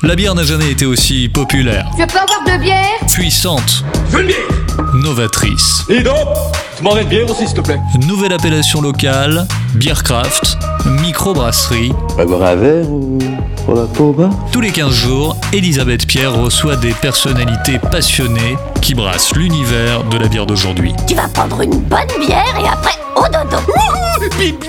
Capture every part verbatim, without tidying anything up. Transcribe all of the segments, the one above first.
La bière n'a jamais été aussi populaire. Je peux avoir de bière ? Puissante. Je veux une bière. Novatrice. Et donc, tu m'en une bière aussi, s'il te plaît. Nouvelle appellation locale, Beer Craft, microbrasserie. On va boire un verre ou on va pas au bar ? Tous les quinze jours, Elisabeth Pierre reçoit des personnalités passionnées qui brassent l'univers de la bière d'aujourd'hui. Tu vas prendre une bonne bière et après au dodo. Wouhou !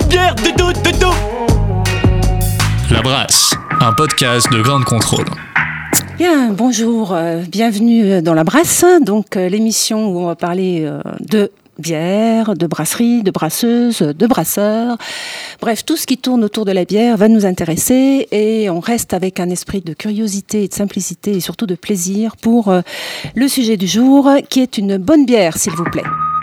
Bière, dodo, dodo. La Brasse, un podcast de Grande Contrôle. Bien, bonjour, euh, bienvenue dans La Brasse, donc euh, l'émission où on va parler euh, de bière, de brasserie, de brasseuse, de brasseurs. Bref, tout ce qui tourne autour de la bière va nous intéresser et on reste avec un esprit de curiosité et de simplicité et surtout de plaisir pour euh, le sujet du jour qui est une bonne bière, s'il vous plaît.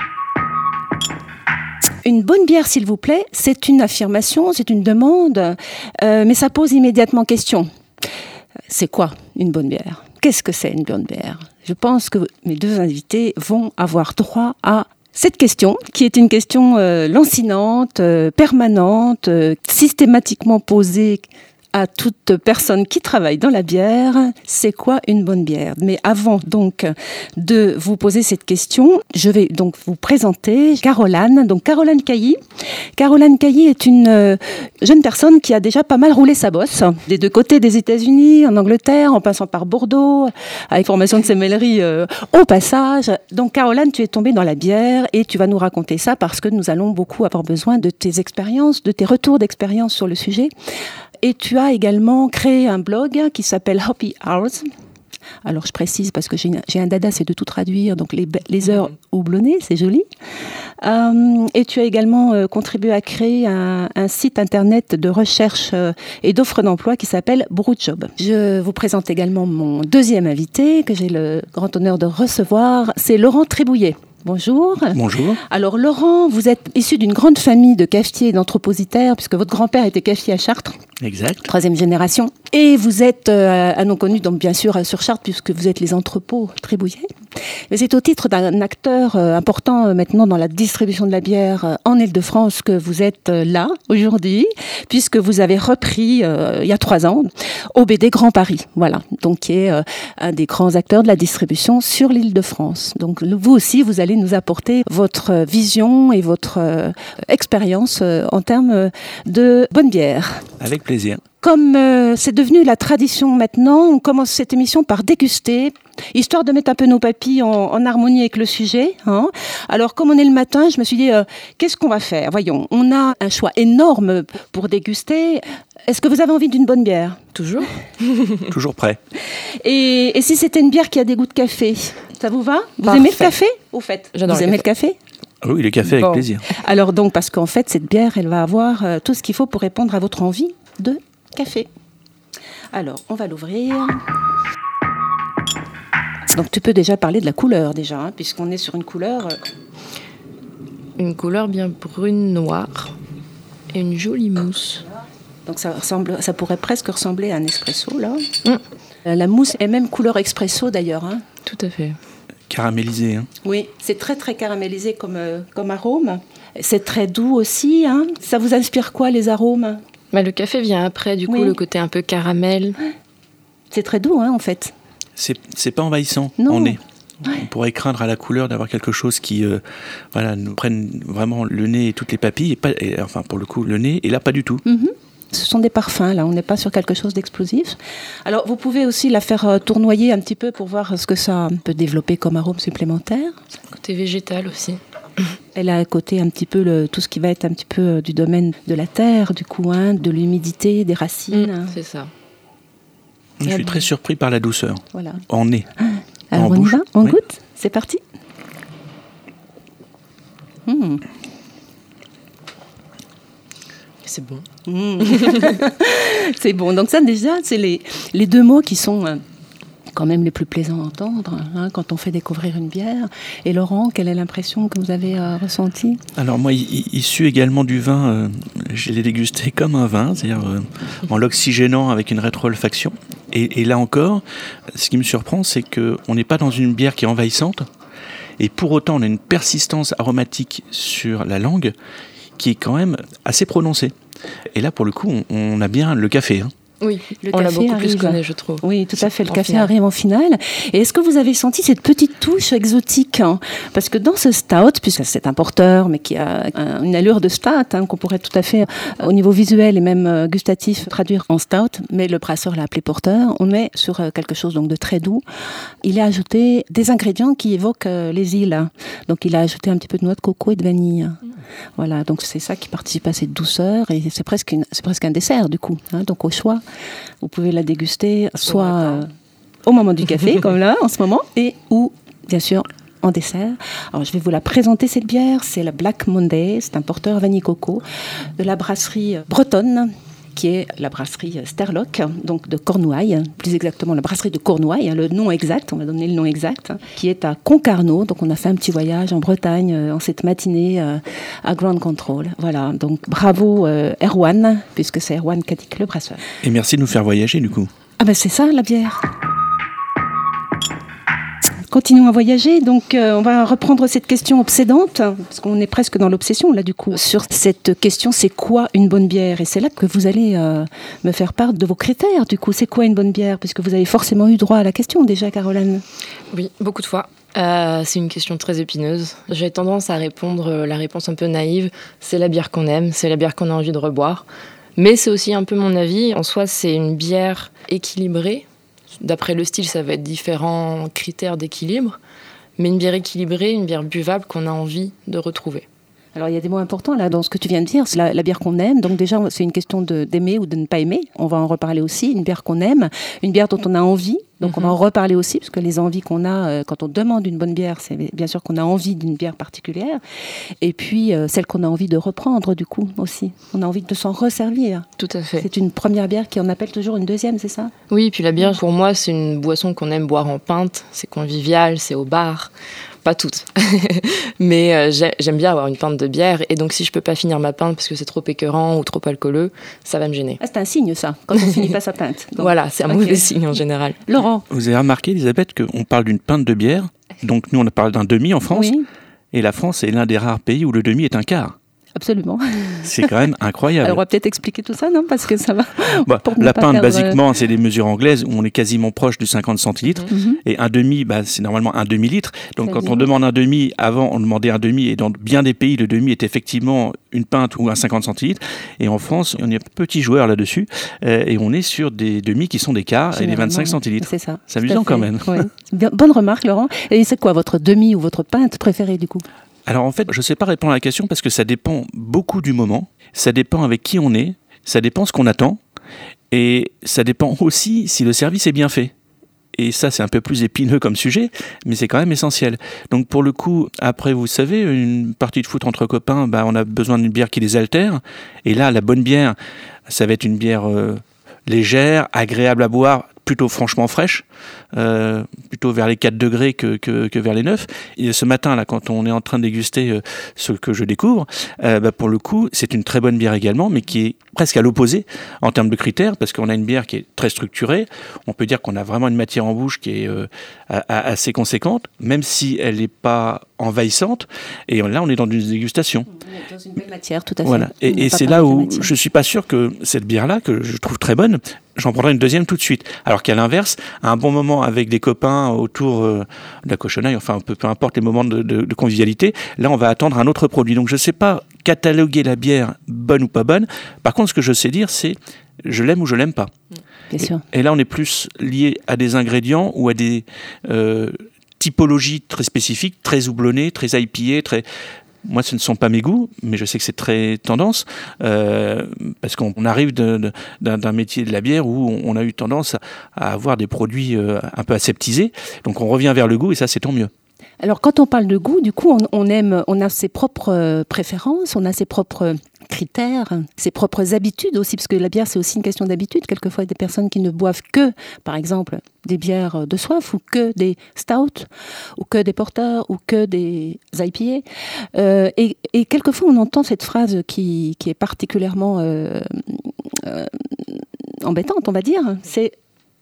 Une bonne bière, s'il vous plaît, c'est une affirmation, c'est une demande, euh, mais ça pose immédiatement question. C'est quoi une bonne bière ? Qu'est-ce que c'est une bonne bière ? Je pense que mes deux invités vont avoir droit à cette question, qui est une question euh, lancinante, euh, permanente, euh, systématiquement posée à toute personne qui travaille dans la bière. C'est quoi une bonne bière ? Mais avant donc de vous poser cette question, je vais donc vous présenter Caroline. Donc Caroline Cailly. Caroline Cailly est une euh, jeune personne qui a déjà pas mal roulé sa bosse des deux côtés des États-Unis, en Angleterre, en passant par Bordeaux, avec formation de sémellerie euh, au passage. Donc Caroline, tu es tombée dans la bière et tu vas nous raconter ça parce que nous allons beaucoup avoir besoin de tes expériences, de tes retours d'expérience sur le sujet. Et tu as également créé un blog qui s'appelle Hoppy Hours. Alors, je précise parce que j'ai, j'ai un dada, c'est de tout traduire. Donc, les, les heures houblonnées, c'est joli. Euh, et tu as également euh, contribué à créer un, un site internet de recherche euh, et d'offres d'emploi qui s'appelle Brewjob. Je vous présente également mon deuxième invité que j'ai le grand honneur de recevoir. C'est Laurent Trébouillet. Bonjour. Bonjour. Alors Laurent, vous êtes issu d'une grande famille de cafetiers et d'anthropositaires, puisque votre grand-père était cafetier à Chartres. Exact. Troisième génération. Et vous êtes euh, un nom connu, donc bien sûr sur Chartres, puisque vous êtes les entrepôts Trébouillet. Mais c'est au titre d'un acteur euh, important euh, maintenant dans la distribution de la bière euh, en Île-de-France que vous êtes euh, là aujourd'hui, puisque vous avez repris euh, il y a trois ans O B D Grand Paris, voilà, donc qui est euh, un des grands acteurs de la distribution sur l'Île-de-France. Donc vous aussi, vous allez nous apporter votre vision et votre euh, expérience euh, en termes de bonne bière. Avec plaisir. Comme euh, c'est devenu la tradition maintenant, on commence cette émission par déguster, histoire de mettre un peu nos papilles en, en harmonie avec le sujet. Hein. Alors, comme on est le matin, je me suis dit, euh, qu'est-ce qu'on va faire ? Voyons, on a un choix énorme pour déguster. Est-ce que vous avez envie d'une bonne bière ? Toujours. Toujours prêt. Et, et si c'était une bière qui a des goûts de café, ça vous va ? Vous Parfait. aimez le café, au fait ? J'adore Vous le aimez café. le café ? Oui, le café avec Bon. plaisir. Alors donc, parce qu'en fait, cette bière, elle va avoir euh, tout ce qu'il faut pour répondre à votre envie de café. Alors, on va l'ouvrir. Donc, tu peux déjà parler de la couleur, déjà, hein, puisqu'on est sur une couleur... Euh... Une couleur bien brune-noire et une jolie mousse. Donc, ça, ressemble, ça pourrait presque ressembler à un espresso, là. Mm. Euh, la mousse est même couleur expresso, d'ailleurs. Hein. Tout à fait. Caramélisé. Hein. Oui, c'est très, très caramélisé comme, euh, comme arôme. C'est très doux aussi. Hein. Ça vous inspire quoi, les arômes ? Bah, le café vient après, du coup, Oui. le côté un peu caramel. C'est très doux, hein, en fait. C'est, c'est pas envahissant Non. en nez. Ouais. On pourrait craindre à la couleur d'avoir quelque chose qui euh, voilà, nous prenne vraiment le nez et toutes les papilles. Et pas, et, enfin, pour le coup, le nez, et là, pas du tout. Mm-hmm. Ce sont des parfums, là, on n'est pas sur quelque chose d'explosif. Alors, vous pouvez aussi la faire euh, tournoyer un petit peu pour voir ce que ça peut développer comme arôme supplémentaire. Côté végétal aussi. Elle a à côté un petit peu le, tout ce qui va être un petit peu euh, du domaine de la terre, du coup, hein, de l'humidité, des racines. Mmh, c'est ça. Je suis très surpris par la douceur. Voilà. En nez. Alors, en on bouche. y va ? On Oui. goûte ? C'est parti. Mmh. C'est bon. Mmh. C'est bon. Donc ça, déjà, c'est les, les deux mots qui sont euh, quand même les plus plaisants à entendre hein, quand on fait découvrir une bière. Et Laurent, quelle est l'impression que vous avez euh, ressentie ? Alors moi, i- issu également du vin, euh, je l'ai dégusté comme un vin, c'est-à-dire euh, en l'oxygénant avec une rétro-olfaction. Et, et là encore, ce qui me surprend, c'est qu'on n'est pas dans une bière qui est envahissante, et pour autant, on a une persistance aromatique sur la langue qui est quand même assez prononcée. Et là, pour le coup, on, on a bien le café. Hein. Oui, Le on l'a café beaucoup plus arrive. connu, je trouve. Oui, tout à fait. Le En café finale. arrive en finale. Et est-ce que vous avez senti cette petite touche exotique, hein? Parce que dans ce stout, puisque c'est un porteur, mais qui a un- une allure de stout, hein, qu'on pourrait tout à fait, euh, au niveau visuel et même euh, gustatif, traduire en stout, mais le brasseur l'a appelé porteur, on est sur euh, quelque chose donc de très doux. Il a ajouté des ingrédients qui évoquent euh, les îles. hein. Donc il a ajouté un petit peu de noix de coco et de vanille. Voilà, donc c'est ça qui participe à cette douceur et c'est presque, une, c'est presque un dessert du coup. hein. Donc au choix, vous pouvez la déguster soit euh, au moment du café, comme là en ce moment, et ou bien sûr en dessert. Alors je vais vous la présenter cette bière, c'est la Black Monday, c'est un porteur vanille coco de la brasserie bretonne, qui est la brasserie Sterlock, donc de Cornouailles, plus exactement la brasserie de Cornouailles, hein, le nom exact, on va donner le nom exact, hein, qui est à Concarneau. Donc on a fait un petit voyage en Bretagne euh, en cette matinée euh, à Ground Control. Voilà, donc bravo euh, Erwan, puisque c'est Erwan Kadik, le brasseur. Et merci de nous faire voyager du coup. Ah ben c'est ça la bière. Continuons à voyager, donc euh, on va reprendre cette question obsédante, parce qu'on est presque dans l'obsession là du coup, sur cette question, c'est quoi une bonne bière? Et c'est là que vous allez euh, me faire part de vos critères du coup, c'est quoi une bonne bière? Puisque vous avez forcément eu droit à la question déjà, Caroline. Oui, beaucoup de fois. Euh, c'est une question très épineuse. J'ai tendance à répondre euh, la réponse un peu naïve. C'est la bière qu'on aime, c'est la bière qu'on a envie de reboire. Mais c'est aussi un peu mon avis. En soi, c'est une bière équilibrée. D'après le style, ça va être différents critères d'équilibre. Mais une bière équilibrée, une bière buvable qu'on a envie de retrouver. Alors il y a des mots importants là dans ce que tu viens de dire, c'est la, la bière qu'on aime, donc déjà c'est une question de, d'aimer ou de ne pas aimer, on va en reparler aussi, une bière qu'on aime, une bière dont on a envie, donc mm-hmm. on va en reparler aussi, parce que les envies qu'on a euh, quand on demande une bonne bière, c'est bien sûr qu'on a envie d'une bière particulière, et puis euh, celle qu'on a envie de reprendre du coup aussi, on a envie de s'en resservir. Tout à fait. C'est une première bière qui en appelle toujours une deuxième, c'est ça? Oui, puis la bière pour moi c'est une boisson qu'on aime boire en pinte, c'est convivial, c'est au bar. Pas toutes, mais euh, j'ai, j'aime bien avoir une pinte de bière et donc si je peux pas finir ma pinte parce que c'est trop écœurant ou trop alcooleux, ça va me gêner. Ah, c'est un signe ça, quand on finit pas sa pinte. Donc, voilà, c'est un okay. mauvais signe en général. Laurent. Vous avez remarqué, Elisabeth, qu'on parle d'une pinte de bière, donc nous on parle d'un demi en France, oui. et la France est l'un des rares pays où le demi est un quart. Absolument. C'est quand même incroyable. Alors on va peut-être expliquer tout ça, non? Parce que ça va. Bah, la pinte, perdre... basiquement, c'est des mesures anglaises où on est quasiment proche du cinquante centilitres. Mm-hmm. Et un demi, bah, c'est normalement un demi-litre. Donc Très quand bien. on demande un demi, avant on demandait un demi. Et dans bien des pays, le demi est effectivement une pinte ou un cinquante centilitres. Et en France, on est petit joueur là-dessus. Euh, et on est sur des demi qui sont des quarts et des vingt-cinq centilitres. C'est ça. C'est amusant quand même. Ouais. Bonne remarque, Laurent. Et c'est quoi votre demi ou votre pinte préférée du coup? Alors en fait, je ne sais pas répondre à la question parce que ça dépend beaucoup du moment, ça dépend avec qui on est, ça dépend ce qu'on attend, et ça dépend aussi si le service est bien fait. Et ça, c'est un peu plus épineux comme sujet, mais c'est quand même essentiel. Donc pour le coup, après, vous savez, une partie de foot entre copains, bah, on a besoin d'une bière qui les altère, et là, la bonne bière, ça va être une bière euh, légère, agréable à boire, plutôt franchement fraîche, euh, plutôt vers les quatre degrés que, que, que vers les neuf. Et ce matin, là, quand on est en train de déguster euh, ce que je découvre, euh, bah, pour le coup, c'est une très bonne bière également, mais qui est presque à l'opposé en termes de critères, parce qu'on a une bière qui est très structurée. On peut dire qu'on a vraiment une matière en bouche qui est euh, a, a, assez conséquente, même si elle n'est pas envahissante. Et là, on est dans une dégustation. Dans une belle matière, tout à fait. Voilà. Et, et c'est là où je ne suis pas sûr que cette bière-là, que je trouve très bonne, j'en prendrai une deuxième tout de suite. Alors qu'à l'inverse, à un bon moment avec des copains autour euh, de la cochonaille, enfin peu, peu importe les moments de, de, de convivialité, là on va attendre un autre produit. Donc je ne sais pas cataloguer la bière bonne ou pas bonne. Par contre, ce que je sais dire, c'est je l'aime ou je l'aime pas. Bien sûr. Et, et là on est plus lié à des ingrédients ou à des euh, typologies très spécifiques, très houblonnées, très I P A, très... Moi, ce ne sont pas mes goûts, mais je sais que c'est très tendance, euh, parce qu'on arrive de, de, d'un, d'un métier de la bière où on a eu tendance à, à avoir des produits euh, un peu aseptisés. Donc on revient vers le goût et ça, c'est tant mieux. Alors, quand on parle de goût, du coup, on, on aime, on a ses propres préférences, on a ses propres critères, ses propres habitudes aussi, parce que la bière, c'est aussi une question d'habitude. Quelquefois, il y a des personnes qui ne boivent que, par exemple, des bières de soif, ou que des stouts, ou que des porters, ou que des I P A. Euh, et, et quelquefois, on entend cette phrase qui, qui est particulièrement euh, euh, embêtante, on va dire, c'est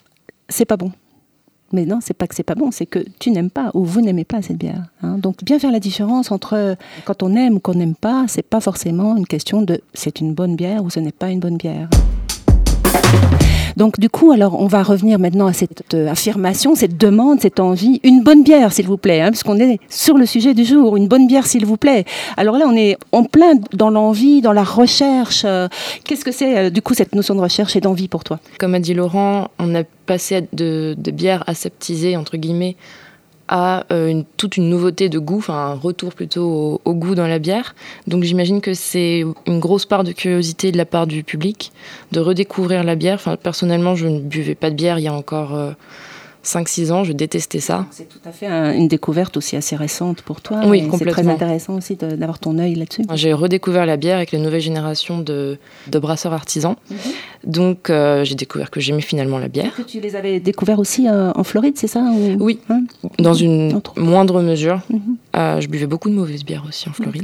« c'est pas bon ». Mais non, c'est pas que c'est pas bon, c'est que tu n'aimes pas ou vous n'aimez pas cette bière. Hein. Donc bien faire la différence entre quand on aime ou qu'on n'aime pas, c'est pas forcément une question de c'est une bonne bière ou ce n'est pas une bonne bière. Donc du coup, alors on va revenir maintenant à cette euh, affirmation, cette demande, cette envie. Une bonne bière, s'il vous plaît, hein, puisqu'on est sur le sujet du jour. Une bonne bière, s'il vous plaît. Alors là, on est en plein dans l'envie, dans la recherche. Euh, qu'est-ce que c'est, euh, du coup, cette notion de recherche et d'envie pour toi ? Comme a dit Laurent, on a passé de, de bières aseptisées, entre guillemets, à euh, une, toute une nouveauté de goût, enfin un retour plutôt au, au goût dans la bière. Donc j'imagine que c'est une grosse part de curiosité de la part du public, de redécouvrir la bière. Enfin, personnellement, je ne buvais pas de bière il y a encore euh, cinq six ans, je détestais ça. C'est tout à fait un, une découverte aussi assez récente pour toi. Oui, et complètement. C'est très intéressant aussi de, d'avoir ton œil là-dessus. J'ai redécouvert la bière avec la nouvelle génération de, de brasseurs artisans. Mm-hmm. Donc euh, j'ai découvert que j'aimais finalement la bière. Que tu les avais découverts aussi euh, en Floride, c'est ça ou... Oui, hein, dans une Entre... moindre mesure. Mm-hmm. Euh, je buvais beaucoup de mauvaises bières aussi en Floride.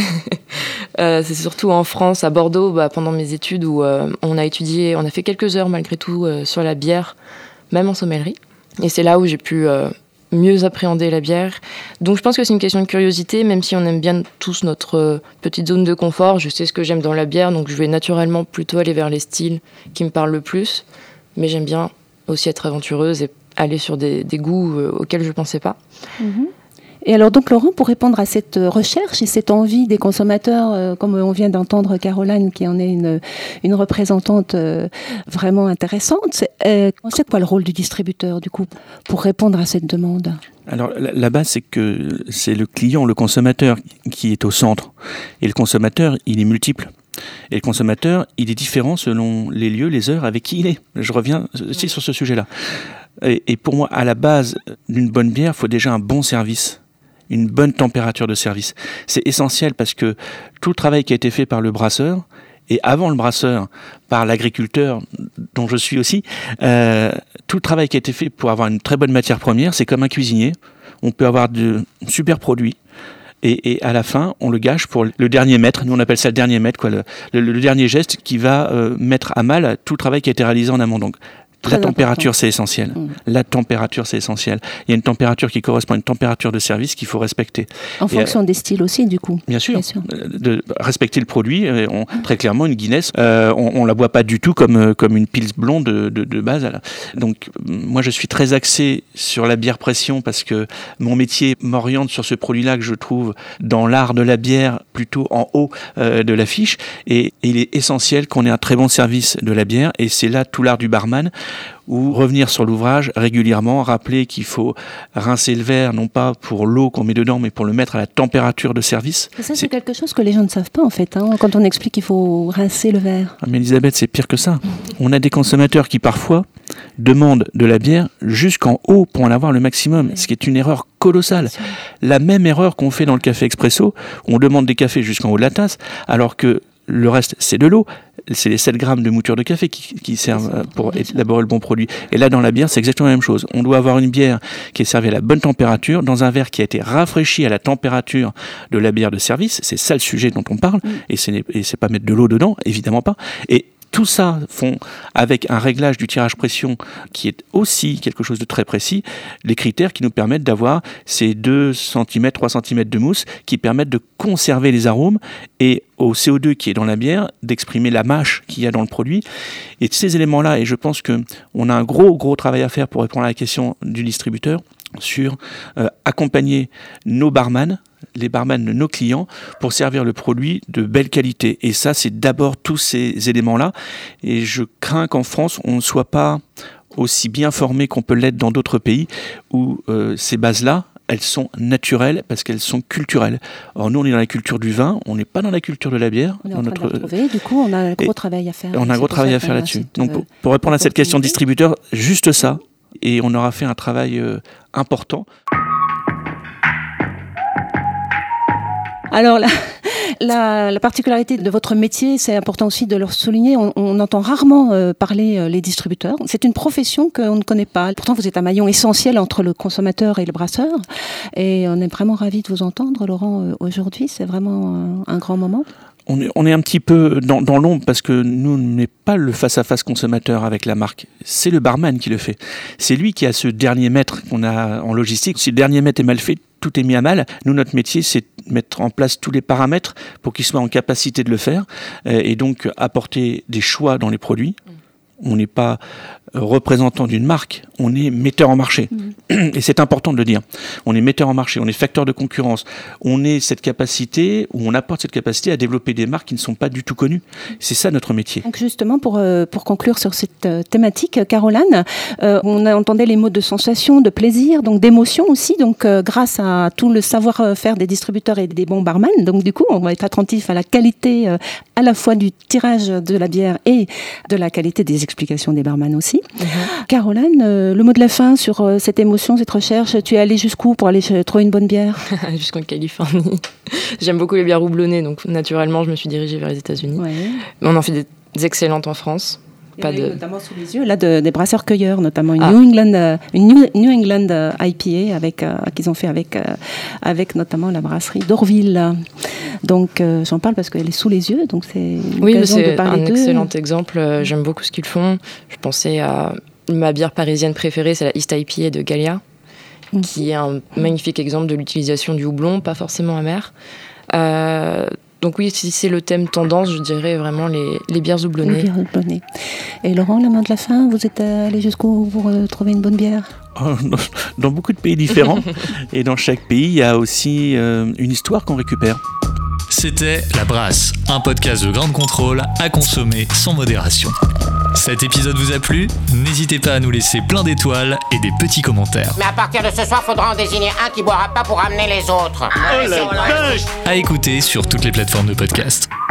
euh, c'est surtout en France, à Bordeaux, bah, pendant mes études, où euh, on a étudié, on a fait quelques heures malgré tout euh, sur la bière, même en sommellerie. Et c'est là où j'ai pu euh, mieux appréhender la bière. Donc je pense que c'est une question de curiosité, même si on aime bien tous notre euh, petite zone de confort. Je sais ce que j'aime dans la bière, donc je vais naturellement plutôt aller vers les styles qui me parlent le plus. Mais j'aime bien aussi être aventureuse et aller sur des, des goûts euh, auxquels je ne pensais pas. Mmh. Et alors donc Laurent, pour répondre à cette recherche et cette envie des consommateurs, euh, comme on vient d'entendre Caroline qui en est une, une représentante euh, vraiment intéressante, euh, c'est quoi le rôle du distributeur du coup pour répondre à cette demande ? Alors la, la base c'est que c'est le client, le consommateur qui est au centre. Et le consommateur, il est multiple. Et le consommateur, il est différent selon les lieux, les heures avec qui il est. Je reviens aussi sur ce sujet-là. Et, et pour moi, à la base d'une bonne bière, il faut déjà un bon service. Une bonne température de service. C'est essentiel parce que tout le travail qui a été fait par le brasseur, et avant le brasseur, par l'agriculteur, dont je suis aussi, euh, tout le travail qui a été fait pour avoir une très bonne matière première, c'est comme un cuisinier. On peut avoir de super produits, et, et à la fin, on le gâche pour le dernier mètre. Nous, on appelle ça le dernier mètre, quoi, le, le, le dernier geste qui va euh, mettre à mal tout le travail qui a été réalisé en amont. Donc, la température, c'est essentiel. Mmh. La température, c'est essentiel. Il y a une température qui correspond à une température de service qu'il faut respecter. En et fonction euh, des styles aussi, du coup. Bien sûr. Bien sûr. De respecter le produit. On, très clairement, une Guinness, euh, on, on la boit pas du tout comme comme une Pils blonde de, de, de base. Donc, moi, je suis très axé sur la bière pression parce que mon métier m'oriente sur ce produit-là que je trouve dans l'art de la bière plutôt en haut euh, de l'affiche. Et, et il est essentiel qu'on ait un très bon service de la bière. Et c'est là tout l'art du barman. Ou revenir sur l'ouvrage régulièrement, rappeler qu'il faut rincer le verre, non pas pour l'eau qu'on met dedans, mais pour le mettre à la température de service. Et ça, c'est, c'est quelque chose que les gens ne savent pas, en fait, hein, quand on explique qu'il faut rincer le verre. Ah, mais Elisabeth, c'est pire que ça. On a des consommateurs qui, parfois, demandent de la bière jusqu'en haut pour en avoir le maximum, ce qui est une erreur colossale. La même erreur qu'on fait dans le café expresso, on demande des cafés jusqu'en haut de la tasse, alors que le reste, c'est de l'eau. C'est les sept grammes de mouture de café qui, qui servent pour élaborer le bon produit. Et là, dans la bière, c'est exactement la même chose. On doit avoir une bière qui est servie à la bonne température, dans un verre qui a été rafraîchi à la température de la bière de service. C'est ça le sujet dont on parle. Mm. Et, c'est, et c'est pas mettre de l'eau dedans, évidemment pas. Et tout ça font, avec un réglage du tirage pression qui est aussi quelque chose de très précis, les critères qui nous permettent d'avoir ces deux centimètres, trois centimètres de mousse qui permettent de conserver les arômes et au C O deux qui est dans la bière, d'exprimer la mâche qu'il y a dans le produit. Et ces éléments-là, et je pense qu'on a un gros, gros travail à faire pour répondre à la question du distributeur sur euh, accompagner nos barman, les barman de nos clients, pour servir le produit de belle qualité. Et ça, c'est d'abord tous ces éléments-là. Et je crains qu'en France, on ne soit pas aussi bien formé qu'on peut l'être dans d'autres pays où euh, ces bases-là, elles sont naturelles parce qu'elles sont culturelles. Or, nous, on est dans la culture du vin, on n'est pas dans la culture de la bière. On est en train notre... de la retrouver, du coup, on a un gros travail à faire. On a un gros travail à faire là-dessus. Donc, pour, pour répondre à cette question distributeur, juste ça, et on aura fait un travail euh, important. Alors la, la, la particularité de votre métier, c'est important aussi de le souligner, on, on entend rarement euh, parler euh, les distributeurs. C'est une profession qu'on ne connaît pas. Pourtant, vous êtes un maillon essentiel entre le consommateur et le brasseur. Et on est vraiment ravis de vous entendre, Laurent, euh, aujourd'hui. C'est vraiment un, un grand moment. On est, on est un petit peu dans, dans l'ombre parce que nous, on n'est pas le face-à-face consommateur avec la marque. C'est le barman qui le fait. C'est lui qui a ce dernier mètre qu'on a en logistique. Si le dernier mètre est mal fait, tout est mis à mal. Nous, notre métier, c'est de mettre en place tous les paramètres pour qu'ils soient en capacité de le faire euh, et donc apporter des choix dans les produits. on n'est pas représentant d'une marque, on est metteur en marché. Mmh. Et c'est important de le dire. On est metteur en marché, on est facteur de concurrence. On est cette capacité, ou on apporte cette capacité à développer des marques qui ne sont pas du tout connues. C'est ça notre métier. Donc justement, pour, euh, pour conclure sur cette euh, thématique, Caroline, euh, on entendait les mots de sensation, de plaisir, donc d'émotion aussi, donc euh, grâce à tout le savoir-faire des distributeurs et des bons barman. Donc du coup, on va être attentif à la qualité euh, à la fois du tirage de la bière et de la qualité des explications des barman aussi. Mmh. Caroline, euh, le mot de la fin sur euh, cette émotion, cette recherche, tu es allée jusqu'où pour aller trouver une bonne bière? Jusqu'en Californie. J'aime beaucoup les bières houblonnées, donc naturellement, je me suis dirigée vers les États-Unis. Ouais. On en fait des excellentes en France. Pas de... Notamment sous les yeux, là, de, des brasseurs-cueilleurs, notamment une, ah. New England, euh, une New, New England euh, I P A avec, euh, qu'ils ont fait avec, euh, avec notamment la brasserie d'Orville. Donc, euh, j'en parle parce qu'elle est sous les yeux, donc c'est une oui, occasion c'est de parler d'eux. Un excellent exemple. Euh, j'aime beaucoup ce qu'ils font. Je pensais à ma bière parisienne préférée, c'est la East I P A de Gallia, mmh. qui est un magnifique exemple de l'utilisation du houblon, pas forcément amer. Euh, Donc oui, si c'est le thème tendance, je dirais vraiment les, les bières houblonnées. Les bières houblonnées. Et Laurent, la main de la fin, vous êtes allé jusqu'où pour euh, trouver une bonne bière? Dans beaucoup de pays différents. Et dans chaque pays, il y a aussi euh, une histoire qu'on récupère. C'était La Brasse, un podcast de Grande Contrôle à consommer sans modération. Cet épisode vous a plu? N'hésitez pas à nous laisser plein d'étoiles et des petits commentaires. Mais à partir de ce soir, faudra en désigner un qui boira pas pour amener les autres. Oh la vache! À écouter sur toutes les plateformes de podcast.